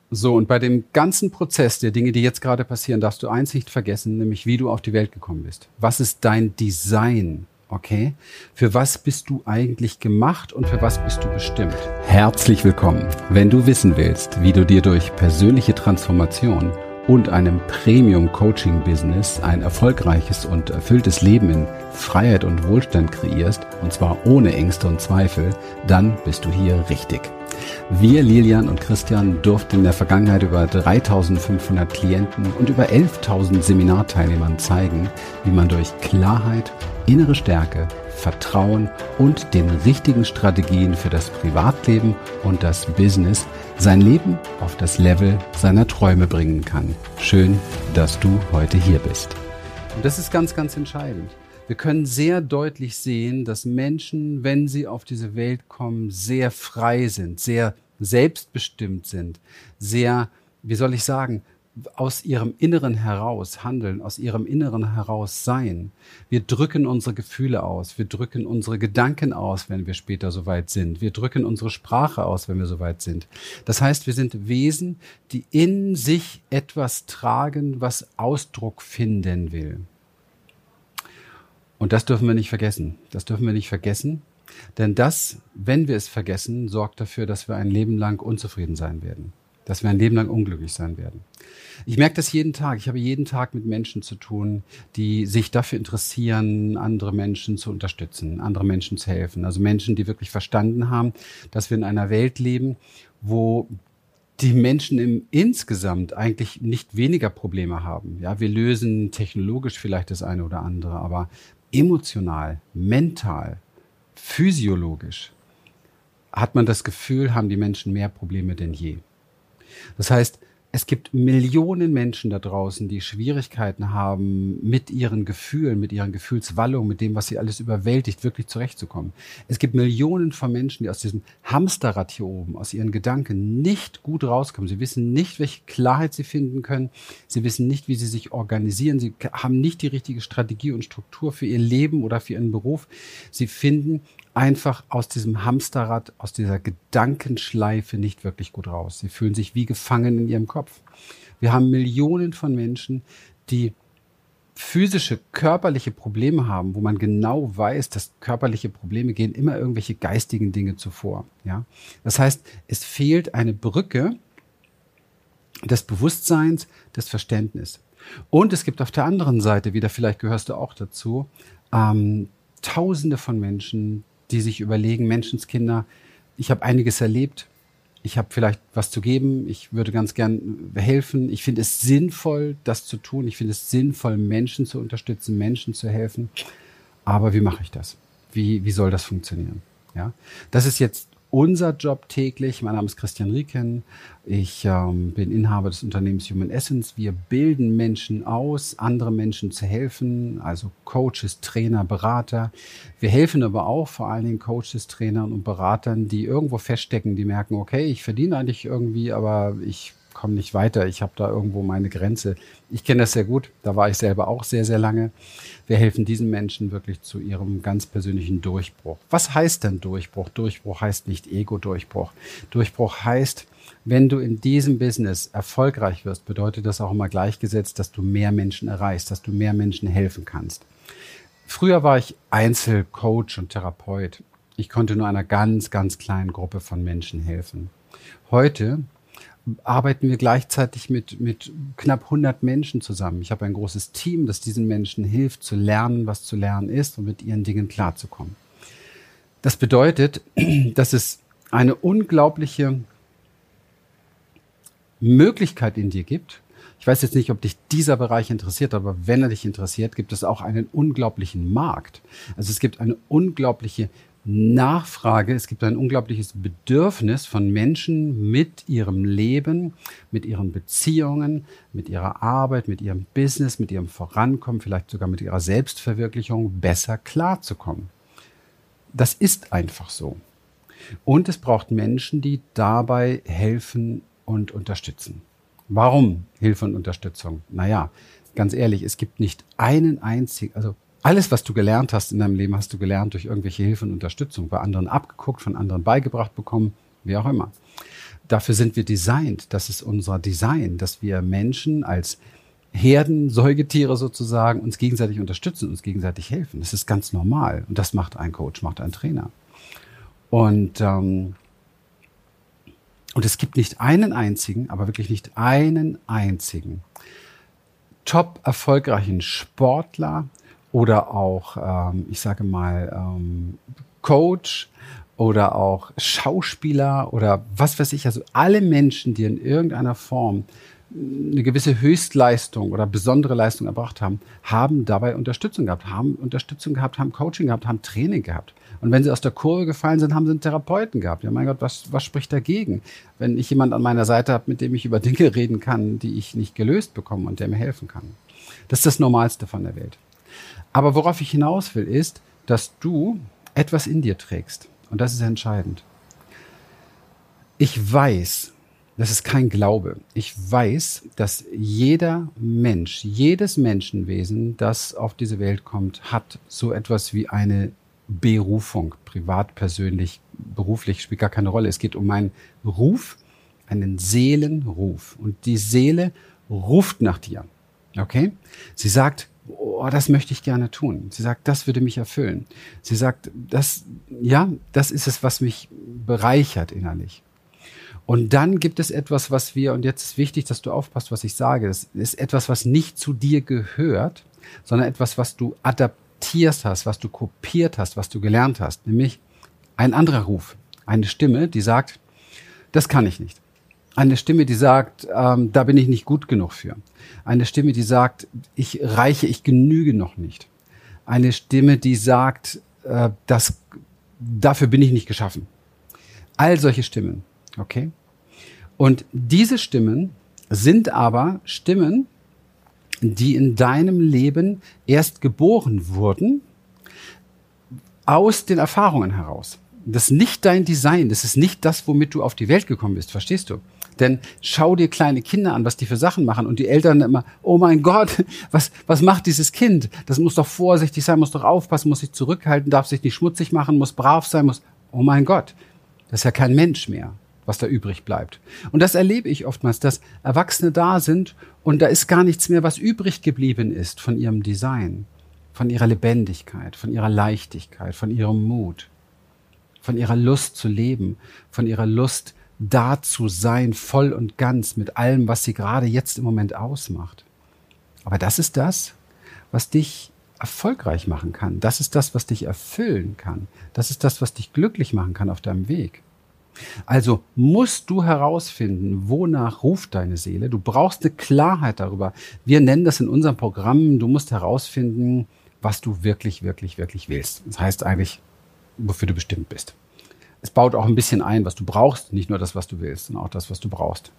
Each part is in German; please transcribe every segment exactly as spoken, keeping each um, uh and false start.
So, und bei dem ganzen Prozess der Dinge, die jetzt gerade passieren, darfst du eins nicht vergessen, nämlich wie du auf die Welt gekommen bist. Was ist dein Design? Okay? Für was bist du eigentlich gemacht und für was bist du bestimmt? Herzlich willkommen. Wenn du wissen willst, wie du dir durch persönliche Transformation und einem Premium-Coaching-Business ein erfolgreiches und erfülltes Leben in Freiheit und Wohlstand kreierst, und zwar ohne Ängste und Zweifel, dann bist du hier richtig. Wir, Lilian und Christian, durften in der Vergangenheit über dreitausendfünfhundert Klienten und über elftausend Seminarteilnehmern zeigen, wie man durch Klarheit, innere Stärke, Vertrauen und den richtigen Strategien für das Privatleben und das Business sein Leben auf das Level seiner Träume bringen kann. Schön, dass du heute hier bist. Und das ist ganz, ganz entscheidend. Wir können sehr deutlich sehen, dass Menschen, wenn sie auf diese Welt kommen, sehr frei sind, sehr selbstbestimmt sind, sehr, wie soll ich sagen, aus ihrem Inneren heraus handeln, aus ihrem Inneren heraus sein. Wir drücken unsere Gefühle aus, wir drücken unsere Gedanken aus, wenn wir später soweit sind. Wir drücken unsere Sprache aus, wenn wir soweit sind. Das heißt, wir sind Wesen, die in sich etwas tragen, was Ausdruck finden will. Und das dürfen wir nicht vergessen. Das dürfen wir nicht vergessen, denn das, wenn wir es vergessen, sorgt dafür, dass wir ein Leben lang unzufrieden sein werden, dass wir ein Leben lang unglücklich sein werden. Ich merke das jeden Tag. Ich habe jeden Tag mit Menschen zu tun, die sich dafür interessieren, andere Menschen zu unterstützen, andere Menschen zu helfen. Also Menschen, die wirklich verstanden haben, dass wir in einer Welt leben, wo die Menschen im insgesamt eigentlich nicht weniger Probleme haben. Ja, wir lösen technologisch vielleicht das eine oder andere, aber emotional, mental, physiologisch hat man das Gefühl, haben die Menschen mehr Probleme denn je. Das heißt, es gibt Millionen Menschen da draußen, die Schwierigkeiten haben, mit ihren Gefühlen, mit ihren Gefühlswallungen, mit dem, was sie alles überwältigt, wirklich zurechtzukommen. Es gibt Millionen von Menschen, die aus diesem Hamsterrad hier oben, aus ihren Gedanken nicht gut rauskommen. Sie wissen nicht, welche Klarheit sie finden können. Sie wissen nicht, wie sie sich organisieren. Sie haben nicht die richtige Strategie und Struktur für ihr Leben oder für ihren Beruf. Sie finden einfach aus diesem Hamsterrad, aus dieser Gedankenschleife nicht wirklich gut raus. Sie fühlen sich wie gefangen in ihrem Kopf. Wir haben Millionen von Menschen, die physische, körperliche Probleme haben, wo man genau weiß, dass körperliche Probleme gehen immer irgendwelche geistigen Dinge zuvor. Ja? Das heißt, es fehlt eine Brücke des Bewusstseins, des Verständnisses. Und es gibt auf der anderen Seite, wieder vielleicht gehörst du auch dazu, ähm, Tausende von Menschen, die sich überlegen, Menschenskinder, ich habe einiges erlebt, ich habe vielleicht was zu geben, ich würde ganz gern helfen, ich finde es sinnvoll, das zu tun, ich finde es sinnvoll, Menschen zu unterstützen, Menschen zu helfen, aber wie mache ich das? Wie, wie soll das funktionieren? Ja, das ist jetzt unser Job täglich. Mein Name ist Christian Rieken. Ich ähm, bin Inhaber des Unternehmens Human Essence. Wir bilden Menschen aus, andere Menschen zu helfen, also Coaches, Trainer, Berater. Wir helfen aber auch vor allen Dingen Coaches, Trainern und Beratern, die irgendwo feststecken, die merken, okay, ich verdiene eigentlich irgendwie, aber ich komme nicht weiter. Ich habe da irgendwo meine Grenze. Ich kenne das sehr gut. Da war ich selber auch sehr, sehr lange. Wir helfen diesen Menschen wirklich zu ihrem ganz persönlichen Durchbruch. Was heißt denn Durchbruch? Durchbruch heißt nicht Ego-Durchbruch. Durchbruch heißt, wenn du in diesem Business erfolgreich wirst, bedeutet das auch immer gleichgesetzt, dass du mehr Menschen erreichst, dass du mehr Menschen helfen kannst. Früher war ich Einzelcoach und Therapeut. Ich konnte nur einer ganz, ganz kleinen Gruppe von Menschen helfen. Heute arbeiten wir gleichzeitig mit, mit knapp hundert Menschen zusammen. Ich habe ein großes Team, das diesen Menschen hilft, zu lernen, was zu lernen ist und mit ihren Dingen klarzukommen. Das bedeutet, dass es eine unglaubliche Möglichkeit in dir gibt. Ich weiß jetzt nicht, ob dich dieser Bereich interessiert, aber wenn er dich interessiert, gibt es auch einen unglaublichen Markt. Also es gibt eine unglaubliche Nachfrage, es gibt ein unglaubliches Bedürfnis von Menschen mit ihrem Leben, mit ihren Beziehungen, mit ihrer Arbeit, mit ihrem Business, mit ihrem Vorankommen, vielleicht sogar mit ihrer Selbstverwirklichung besser klarzukommen. Das ist einfach so. Und es braucht Menschen, die dabei helfen und unterstützen. Warum Hilfe und Unterstützung? Naja, ganz ehrlich, es gibt nicht einen einzigen, also alles, was du gelernt hast in deinem Leben, hast du gelernt durch irgendwelche Hilfe und Unterstützung, bei anderen abgeguckt, von anderen beigebracht bekommen, wie auch immer. Dafür sind wir designt. Das ist unser Design, dass wir Menschen als Herden, Säugetiere sozusagen uns gegenseitig unterstützen, uns gegenseitig helfen. Das ist ganz normal. Und das macht ein Coach, macht ein Trainer. Und, ähm, und es gibt nicht einen einzigen, aber wirklich nicht einen einzigen top erfolgreichen Sportler oder auch, ähm, ich sage mal, ähm, Coach oder auch Schauspieler oder was weiß ich, also alle Menschen, die in irgendeiner Form eine gewisse Höchstleistung oder besondere Leistung erbracht haben, haben dabei Unterstützung gehabt, haben Unterstützung gehabt, haben Coaching gehabt, haben Training gehabt. Und wenn sie aus der Kurve gefallen sind, haben sie einen Therapeuten gehabt. Ja, mein Gott, was, was spricht dagegen? Wenn ich jemanden an meiner Seite habe, mit dem ich über Dinge reden kann, die ich nicht gelöst bekomme und der mir helfen kann. Das ist das Normalste von der Welt. Aber worauf ich hinaus will, ist, dass du etwas in dir trägst. Und das ist entscheidend. Ich weiß, das ist kein Glaube. Ich weiß, dass jeder Mensch, jedes Menschenwesen, das auf diese Welt kommt, hat so etwas wie eine Berufung. Privat, persönlich, beruflich spielt gar keine Rolle. Es geht um einen Ruf, einen Seelenruf. Und die Seele ruft nach dir. Okay? Sie sagt, oh, das möchte ich gerne tun. Sie sagt, das würde mich erfüllen. Sie sagt, das, ja, das ist es, was mich bereichert innerlich. Und dann gibt es etwas, was wir, und jetzt ist wichtig, dass du aufpasst, was ich sage, das ist etwas, was nicht zu dir gehört, sondern etwas, was du adaptiert hast, was du kopiert hast, was du gelernt hast, nämlich ein anderer Ruf, eine Stimme, die sagt, das kann ich nicht. Eine Stimme, die sagt, ähm, da bin ich nicht gut genug für. Eine Stimme, die sagt, ich reiche, ich genüge noch nicht. Eine Stimme, die sagt, äh, das, dafür bin ich nicht geschaffen. All solche Stimmen, okay? Und diese Stimmen sind aber Stimmen, die in deinem Leben erst geboren wurden, aus den Erfahrungen heraus. Das ist nicht dein Design, das ist nicht das, womit du auf die Welt gekommen bist, verstehst du? Denn schau dir kleine Kinder an, was die für Sachen machen und die Eltern immer, oh mein Gott, was, was macht dieses Kind? Das muss doch vorsichtig sein, muss doch aufpassen, muss sich zurückhalten, darf sich nicht schmutzig machen, muss brav sein, muss, oh mein Gott, das ist ja kein Mensch mehr, was da übrig bleibt. Und das erlebe ich oftmals, dass Erwachsene da sind und da ist gar nichts mehr, was übrig geblieben ist von ihrem Design, von ihrer Lebendigkeit, von ihrer Leichtigkeit, von ihrem Mut, von ihrer Lust zu leben, von ihrer Lust da zu sein, voll und ganz mit allem, was sie gerade jetzt im Moment ausmacht. Aber das ist das, was dich erfolgreich machen kann. Das ist das, was dich erfüllen kann. Das ist das, was dich glücklich machen kann auf deinem Weg. Also musst du herausfinden, wonach ruft deine Seele. Du brauchst eine Klarheit darüber. Wir nennen das in unserem Programm, du musst herausfinden, was du wirklich, wirklich, wirklich willst. Das heißt eigentlich, wofür du bestimmt bist. Es baut auch ein bisschen ein, was du brauchst, nicht nur das, was du willst, sondern auch das, was du brauchst.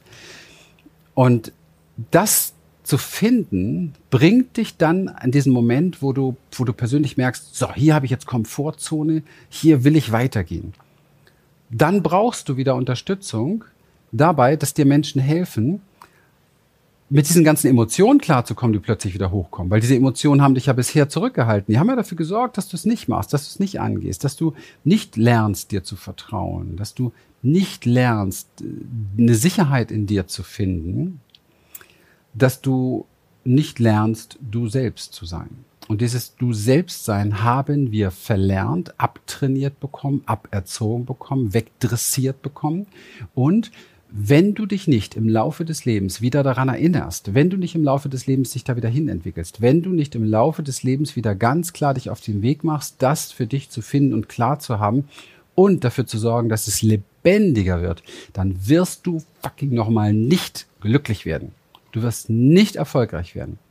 Und das zu finden, bringt dich dann an diesen Moment, wo du, wo du persönlich merkst, so, hier habe ich jetzt Komfortzone, hier will ich weitergehen. Dann brauchst du wieder Unterstützung dabei, dass dir Menschen helfen, mit diesen ganzen Emotionen klarzukommen, die plötzlich wieder hochkommen. Weil diese Emotionen haben dich ja bisher zurückgehalten. Die haben ja dafür gesorgt, dass du es nicht machst, dass du es nicht angehst, dass du nicht lernst, dir zu vertrauen, dass du nicht lernst, eine Sicherheit in dir zu finden, dass du nicht lernst, du selbst zu sein. Und dieses Du selbst sein haben wir verlernt, abtrainiert bekommen, aberzogen bekommen, wegdressiert bekommen. Und wenn du dich nicht im Laufe des Lebens wieder daran erinnerst, wenn du nicht im Laufe des Lebens dich da wieder hinentwickelst, wenn du nicht im Laufe des Lebens wieder ganz klar dich auf den Weg machst, das für dich zu finden und klar zu haben und dafür zu sorgen, dass es lebendiger wird, dann wirst du fucking nochmal nicht glücklich werden. Du wirst nicht erfolgreich werden.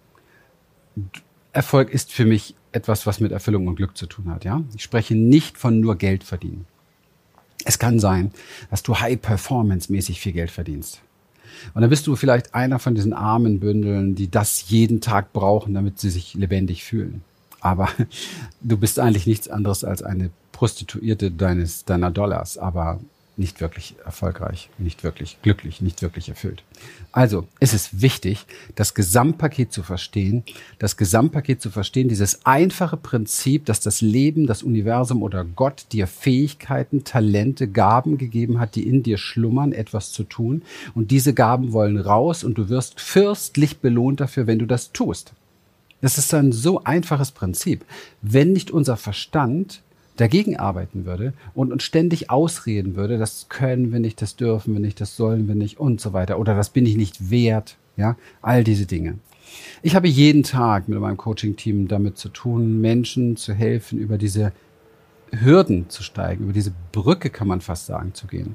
Erfolg ist für mich etwas, was mit Erfüllung und Glück zu tun hat. Ja? Ich spreche nicht von nur Geld verdienen. Es kann sein, dass du High-Performance-mäßig viel Geld verdienst. Und dann bist du vielleicht einer von diesen armen Bündeln, die das jeden Tag brauchen, damit sie sich lebendig fühlen. Aber du bist eigentlich nichts anderes als eine Prostituierte deines, deiner Dollars. Aber nicht wirklich erfolgreich, nicht wirklich glücklich, nicht wirklich erfüllt. Also es ist wichtig, das Gesamtpaket zu verstehen, das Gesamtpaket zu verstehen, dieses einfache Prinzip, dass das Leben, das Universum oder Gott dir Fähigkeiten, Talente, Gaben gegeben hat, die in dir schlummern, etwas zu tun. Und diese Gaben wollen raus und du wirst fürstlich belohnt dafür, wenn du das tust. Das ist ein so einfaches Prinzip. Wenn nicht unser Verstand dagegen arbeiten würde und uns ständig ausreden würde, das können wir nicht, das dürfen wir nicht, das sollen wir nicht und so weiter oder das bin ich nicht wert, ja, all diese Dinge. Ich habe jeden Tag mit meinem Coaching-Team damit zu tun, Menschen zu helfen, über diese Hürden zu steigen, über diese Brücke, kann man fast sagen, zu gehen.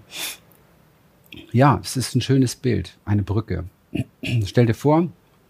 Ja, es ist ein schönes Bild, eine Brücke. Stell dir vor,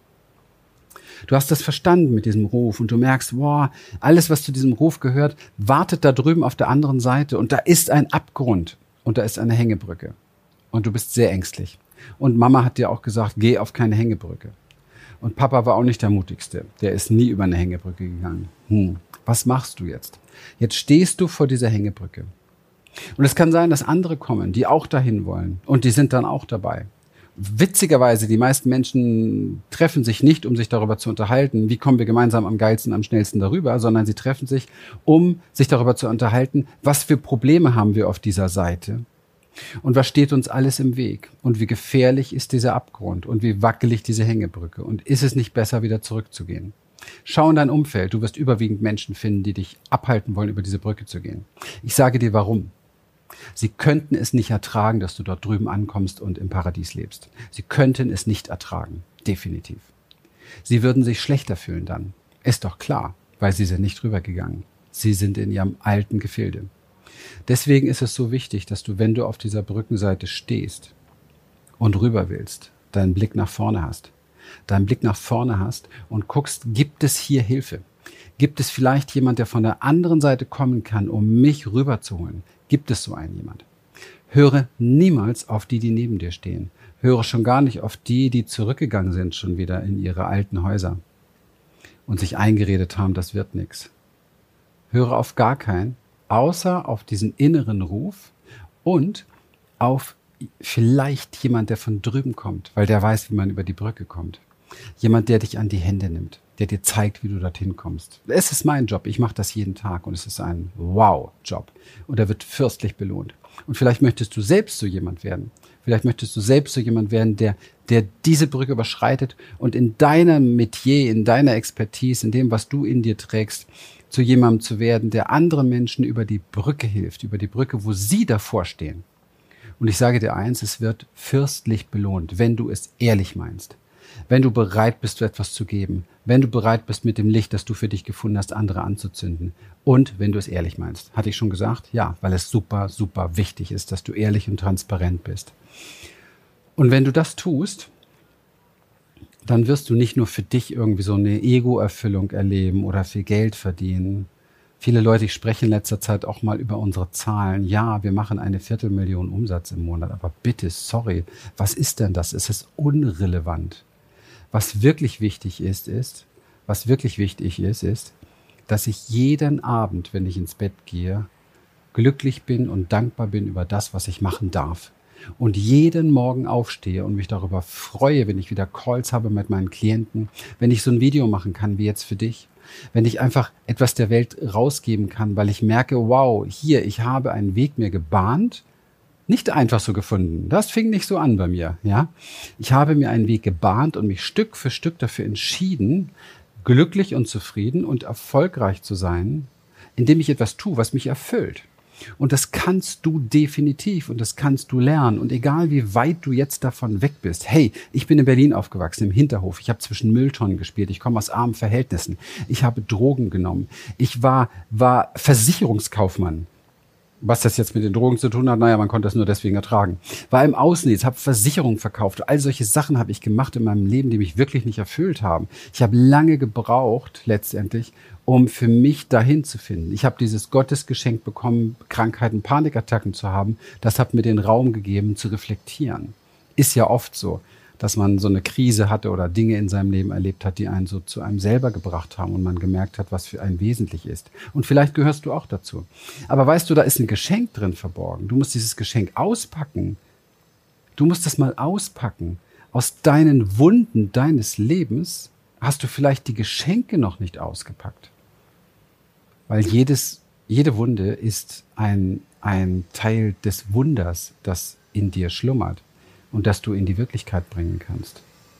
du hast das verstanden mit diesem Ruf und du merkst, wow, alles, was zu diesem Ruf gehört, wartet da drüben auf der anderen Seite und da ist ein Abgrund und da ist eine Hängebrücke und du bist sehr ängstlich. Und Mama hat dir auch gesagt, geh auf keine Hängebrücke. Und Papa war auch nicht der Mutigste, der ist nie über eine Hängebrücke gegangen. Hm, was machst du jetzt? Jetzt stehst du vor dieser Hängebrücke. Und es kann sein, dass andere kommen, die auch dahin wollen und die sind dann auch dabei. Witzigerweise, die meisten Menschen treffen sich nicht, um sich darüber zu unterhalten, wie kommen wir gemeinsam am geilsten, am schnellsten darüber, sondern sie treffen sich, um sich darüber zu unterhalten, was für Probleme haben wir auf dieser Seite und was steht uns alles im Weg und wie gefährlich ist dieser Abgrund und wie wackelig diese Hängebrücke und ist es nicht besser, wieder zurückzugehen. Schau in dein Umfeld, du wirst überwiegend Menschen finden, die dich abhalten wollen, über diese Brücke zu gehen. Ich sage dir, warum. Sie könnten es nicht ertragen, dass du dort drüben ankommst und im Paradies lebst. Sie könnten es nicht ertragen, definitiv. Sie würden sich schlechter fühlen dann. Ist doch klar, weil sie sind nicht rübergegangen. Sie sind in ihrem alten Gefilde. Deswegen ist es so wichtig, dass du, wenn du auf dieser Brückenseite stehst und rüber willst, deinen Blick nach vorne hast. Deinen Blick nach vorne hast und guckst, gibt es hier Hilfe? Gibt es vielleicht jemand, der von der anderen Seite kommen kann, um mich rüberzuholen? Gibt es so einen jemand? Höre niemals auf die, die neben dir stehen. Höre schon gar nicht auf die, die zurückgegangen sind, schon wieder in ihre alten Häuser und sich eingeredet haben, das wird nichts. Höre auf gar keinen, außer auf diesen inneren Ruf und auf vielleicht jemand, der von drüben kommt, weil der weiß, wie man über die Brücke kommt. Jemand, der dich an die Hände nimmt, der dir zeigt, wie du dorthin kommst. Es ist mein Job, ich mache das jeden Tag und es ist ein Wow-Job und er wird fürstlich belohnt. Und vielleicht möchtest du selbst so jemand werden. Vielleicht möchtest du selbst so jemand werden, der, der diese Brücke überschreitet und in deinem Metier, in deiner Expertise, in dem, was du in dir trägst, zu jemandem zu werden, der anderen Menschen über die Brücke hilft, über die Brücke, wo sie davor stehen. Und ich sage dir eins, es wird fürstlich belohnt, wenn du es ehrlich meinst. Wenn du bereit bist, etwas zu geben, wenn du bereit bist, mit dem Licht, das du für dich gefunden hast, andere anzuzünden und wenn du es ehrlich meinst. Hatte ich schon gesagt? Ja, weil es super, super wichtig ist, dass du ehrlich und transparent bist. Und wenn du das tust, dann wirst du nicht nur für dich irgendwie so eine Ego-Erfüllung erleben oder viel Geld verdienen. Viele Leute, ich spreche in letzter Zeit auch mal über unsere Zahlen. Ja, wir machen eine Viertelmillion Umsatz im Monat, aber bitte, sorry, was ist denn das? Es ist unrelevant. Was wirklich wichtig ist, ist, was wirklich wichtig ist, ist, dass ich jeden Abend, wenn ich ins Bett gehe, glücklich bin und dankbar bin über das, was ich machen darf. Und jeden Morgen aufstehe und mich darüber freue, wenn ich wieder Calls habe mit meinen Klienten, wenn ich so ein Video machen kann, wie jetzt für dich, wenn ich einfach etwas der Welt rausgeben kann, weil ich merke, wow, hier, ich habe einen Weg mir gebahnt, nicht einfach so gefunden. Das fing nicht so an bei mir, ja. Ich habe mir einen Weg gebahnt und mich Stück für Stück dafür entschieden, glücklich und zufrieden und erfolgreich zu sein, indem ich etwas tue, was mich erfüllt. Und das kannst du definitiv und das kannst du lernen. Und egal wie weit du jetzt davon weg bist. Hey, ich bin in Berlin aufgewachsen, im Hinterhof. Ich habe zwischen Mülltonnen gespielt. Ich komme aus armen Verhältnissen. Ich habe Drogen genommen. Ich war, war Versicherungskaufmann. Was das jetzt mit den Drogen zu tun hat, naja, man konnte das nur deswegen ertragen. War im Außendienst, habe Versicherungen verkauft. All solche Sachen habe ich gemacht in meinem Leben, die mich wirklich nicht erfüllt haben. Ich habe lange gebraucht, letztendlich, um für mich dahin zu finden. Ich habe dieses Gottesgeschenk bekommen, Krankheiten, Panikattacken zu haben. Das hat mir den Raum gegeben, zu reflektieren. Ist ja oft so, dass man so eine Krise hatte oder Dinge in seinem Leben erlebt hat, die einen so zu einem selber gebracht haben und man gemerkt hat, was für einen wesentlich ist. Und vielleicht gehörst du auch dazu. Aber weißt du, da ist ein Geschenk drin verborgen. Du musst dieses Geschenk auspacken. Du musst das mal auspacken. Aus deinen Wunden deines Lebens hast du vielleicht die Geschenke noch nicht ausgepackt. Weil jedes, jede Wunde ist ein, ein Teil des Wunders, das in dir schlummert und das du in die Wirklichkeit bringen kannst.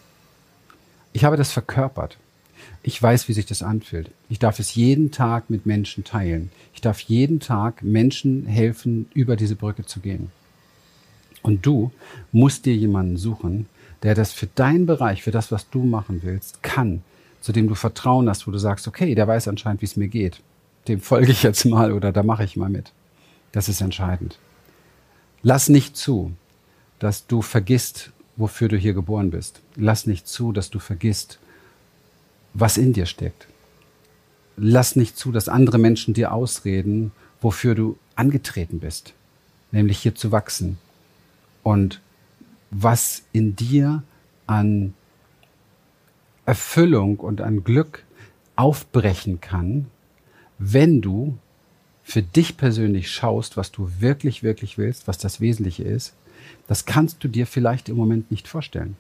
Ich habe das verkörpert. Ich weiß, wie sich das anfühlt. Ich darf es jeden Tag mit Menschen teilen. Ich darf jeden Tag Menschen helfen, über diese Brücke zu gehen. Und du musst dir jemanden suchen, der das für deinen Bereich, für das, was du machen willst, kann, zu dem du Vertrauen hast, wo du sagst, okay, der weiß anscheinend, wie es mir geht. Dem folge ich jetzt mal oder da mache ich mal mit. Das ist entscheidend. Lass nicht zu, dass du vergisst, wofür du hier geboren bist. Lass nicht zu, dass du vergisst, was in dir steckt. Lass nicht zu, dass andere Menschen dir ausreden, wofür du angetreten bist, nämlich hier zu wachsen. Und was in dir an Erfüllung und an Glück aufbrechen kann, wenn du für dich persönlich schaust, was du wirklich, wirklich willst, was das Wesentliche ist, das kannst du dir vielleicht im Moment nicht vorstellen.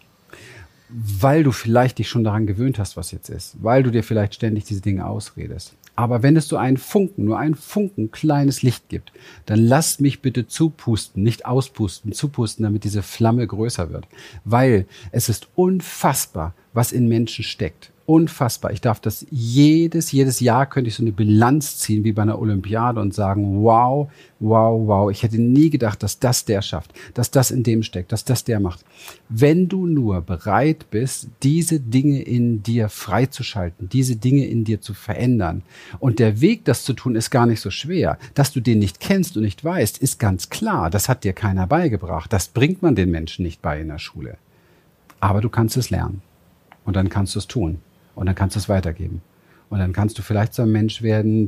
Weil du vielleicht dich schon daran gewöhnt hast, was jetzt ist. Weil du dir vielleicht ständig diese Dinge ausredest. Aber wenn es so einen Funken, nur einen Funken kleines Licht gibt, dann lasst mich bitte zupusten, nicht auspusten, zupusten, damit diese Flamme größer wird. Weil es ist unfassbar, was in Menschen steckt. Unfassbar. Ich darf das jedes, jedes Jahr könnte ich so eine Bilanz ziehen wie bei einer Olympiade und sagen, wow, wow, wow. Ich hätte nie gedacht, dass das der schafft, dass das in dem steckt, dass das der macht. Wenn du nur bereit bist, diese Dinge in dir freizuschalten, diese Dinge in dir zu verändern. Und der Weg, das zu tun, ist gar nicht so schwer. Dass du den nicht kennst und nicht weißt, ist ganz klar. Das hat dir keiner beigebracht. Das bringt man den Menschen nicht bei in der Schule. Aber du kannst es lernen. Und dann kannst du es tun. Und dann kannst du es weitergeben. Und dann kannst du vielleicht so ein Mensch werden,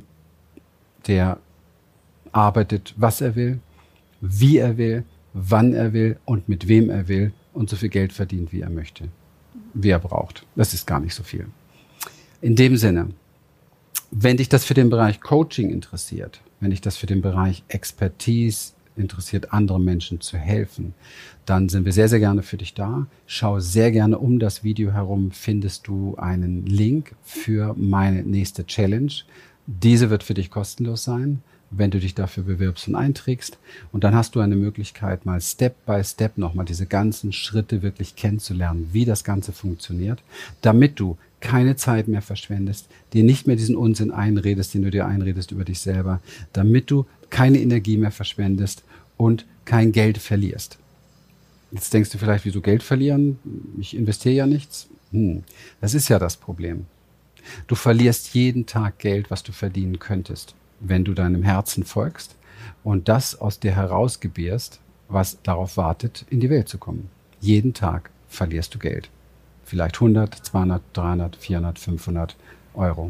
der arbeitet, was er will, wie er will, wann er will und mit wem er will und so viel Geld verdient, wie er möchte, wie er braucht. Das ist gar nicht so viel. In dem Sinne, wenn dich das für den Bereich Coaching interessiert, wenn dich das für den Bereich Expertise interessiert, anderen Menschen zu helfen, dann sind wir sehr, sehr gerne für dich da. Schau sehr gerne um das Video herum, findest du einen Link für meine nächste Challenge. Diese wird für dich kostenlos sein, wenn du dich dafür bewirbst und einträgst. Und dann hast du eine Möglichkeit, mal Step by Step nochmal diese ganzen Schritte wirklich kennenzulernen, wie das Ganze funktioniert, damit du keine Zeit mehr verschwendest, dir nicht mehr diesen Unsinn einredest, den du dir einredest über dich selber, damit du keine Energie mehr verschwendest und kein Geld verlierst. Jetzt denkst du vielleicht, wieso Geld verlieren? Ich investiere ja nichts. Hm, das ist ja das Problem. Du verlierst jeden Tag Geld, was du verdienen könntest, wenn du deinem Herzen folgst und das aus dir herausgebierst, was darauf wartet, in die Welt zu kommen. Jeden Tag verlierst du Geld. Vielleicht hundert, zweihundert, dreihundert, vierhundert, fünfhundert Euro.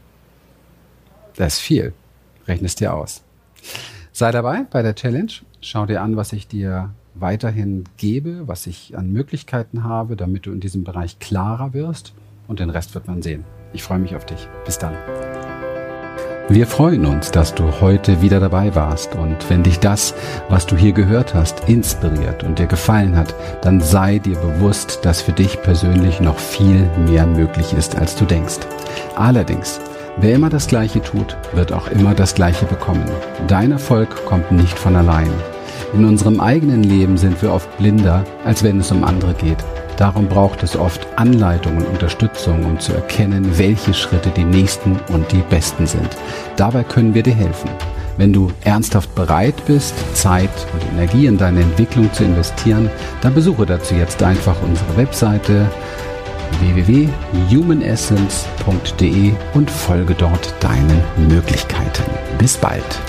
Das ist viel. Rechne es dir aus. Sei dabei bei der Challenge. Schau dir an, was ich dir weiterhin gebe, was ich an Möglichkeiten habe, damit du in diesem Bereich klarer wirst. Und den Rest wird man sehen. Ich freue mich auf dich. Bis dann. Wir freuen uns, dass du heute wieder dabei warst. Und wenn dich das, was du hier gehört hast, inspiriert und dir gefallen hat, dann sei dir bewusst, dass für dich persönlich noch viel mehr möglich ist, als du denkst. Allerdings, wer immer das Gleiche tut, wird auch immer das Gleiche bekommen. Dein Erfolg kommt nicht von allein. In unserem eigenen Leben sind wir oft blinder, als wenn es um andere geht. Darum braucht es oft Anleitung und Unterstützung, um zu erkennen, welche Schritte die nächsten und die besten sind. Dabei können wir dir helfen. Wenn du ernsthaft bereit bist, Zeit und Energie in deine Entwicklung zu investieren, dann besuche dazu jetzt einfach unsere Webseite w w w punkt human essence punkt d e und folge dort deinen Möglichkeiten. Bis bald!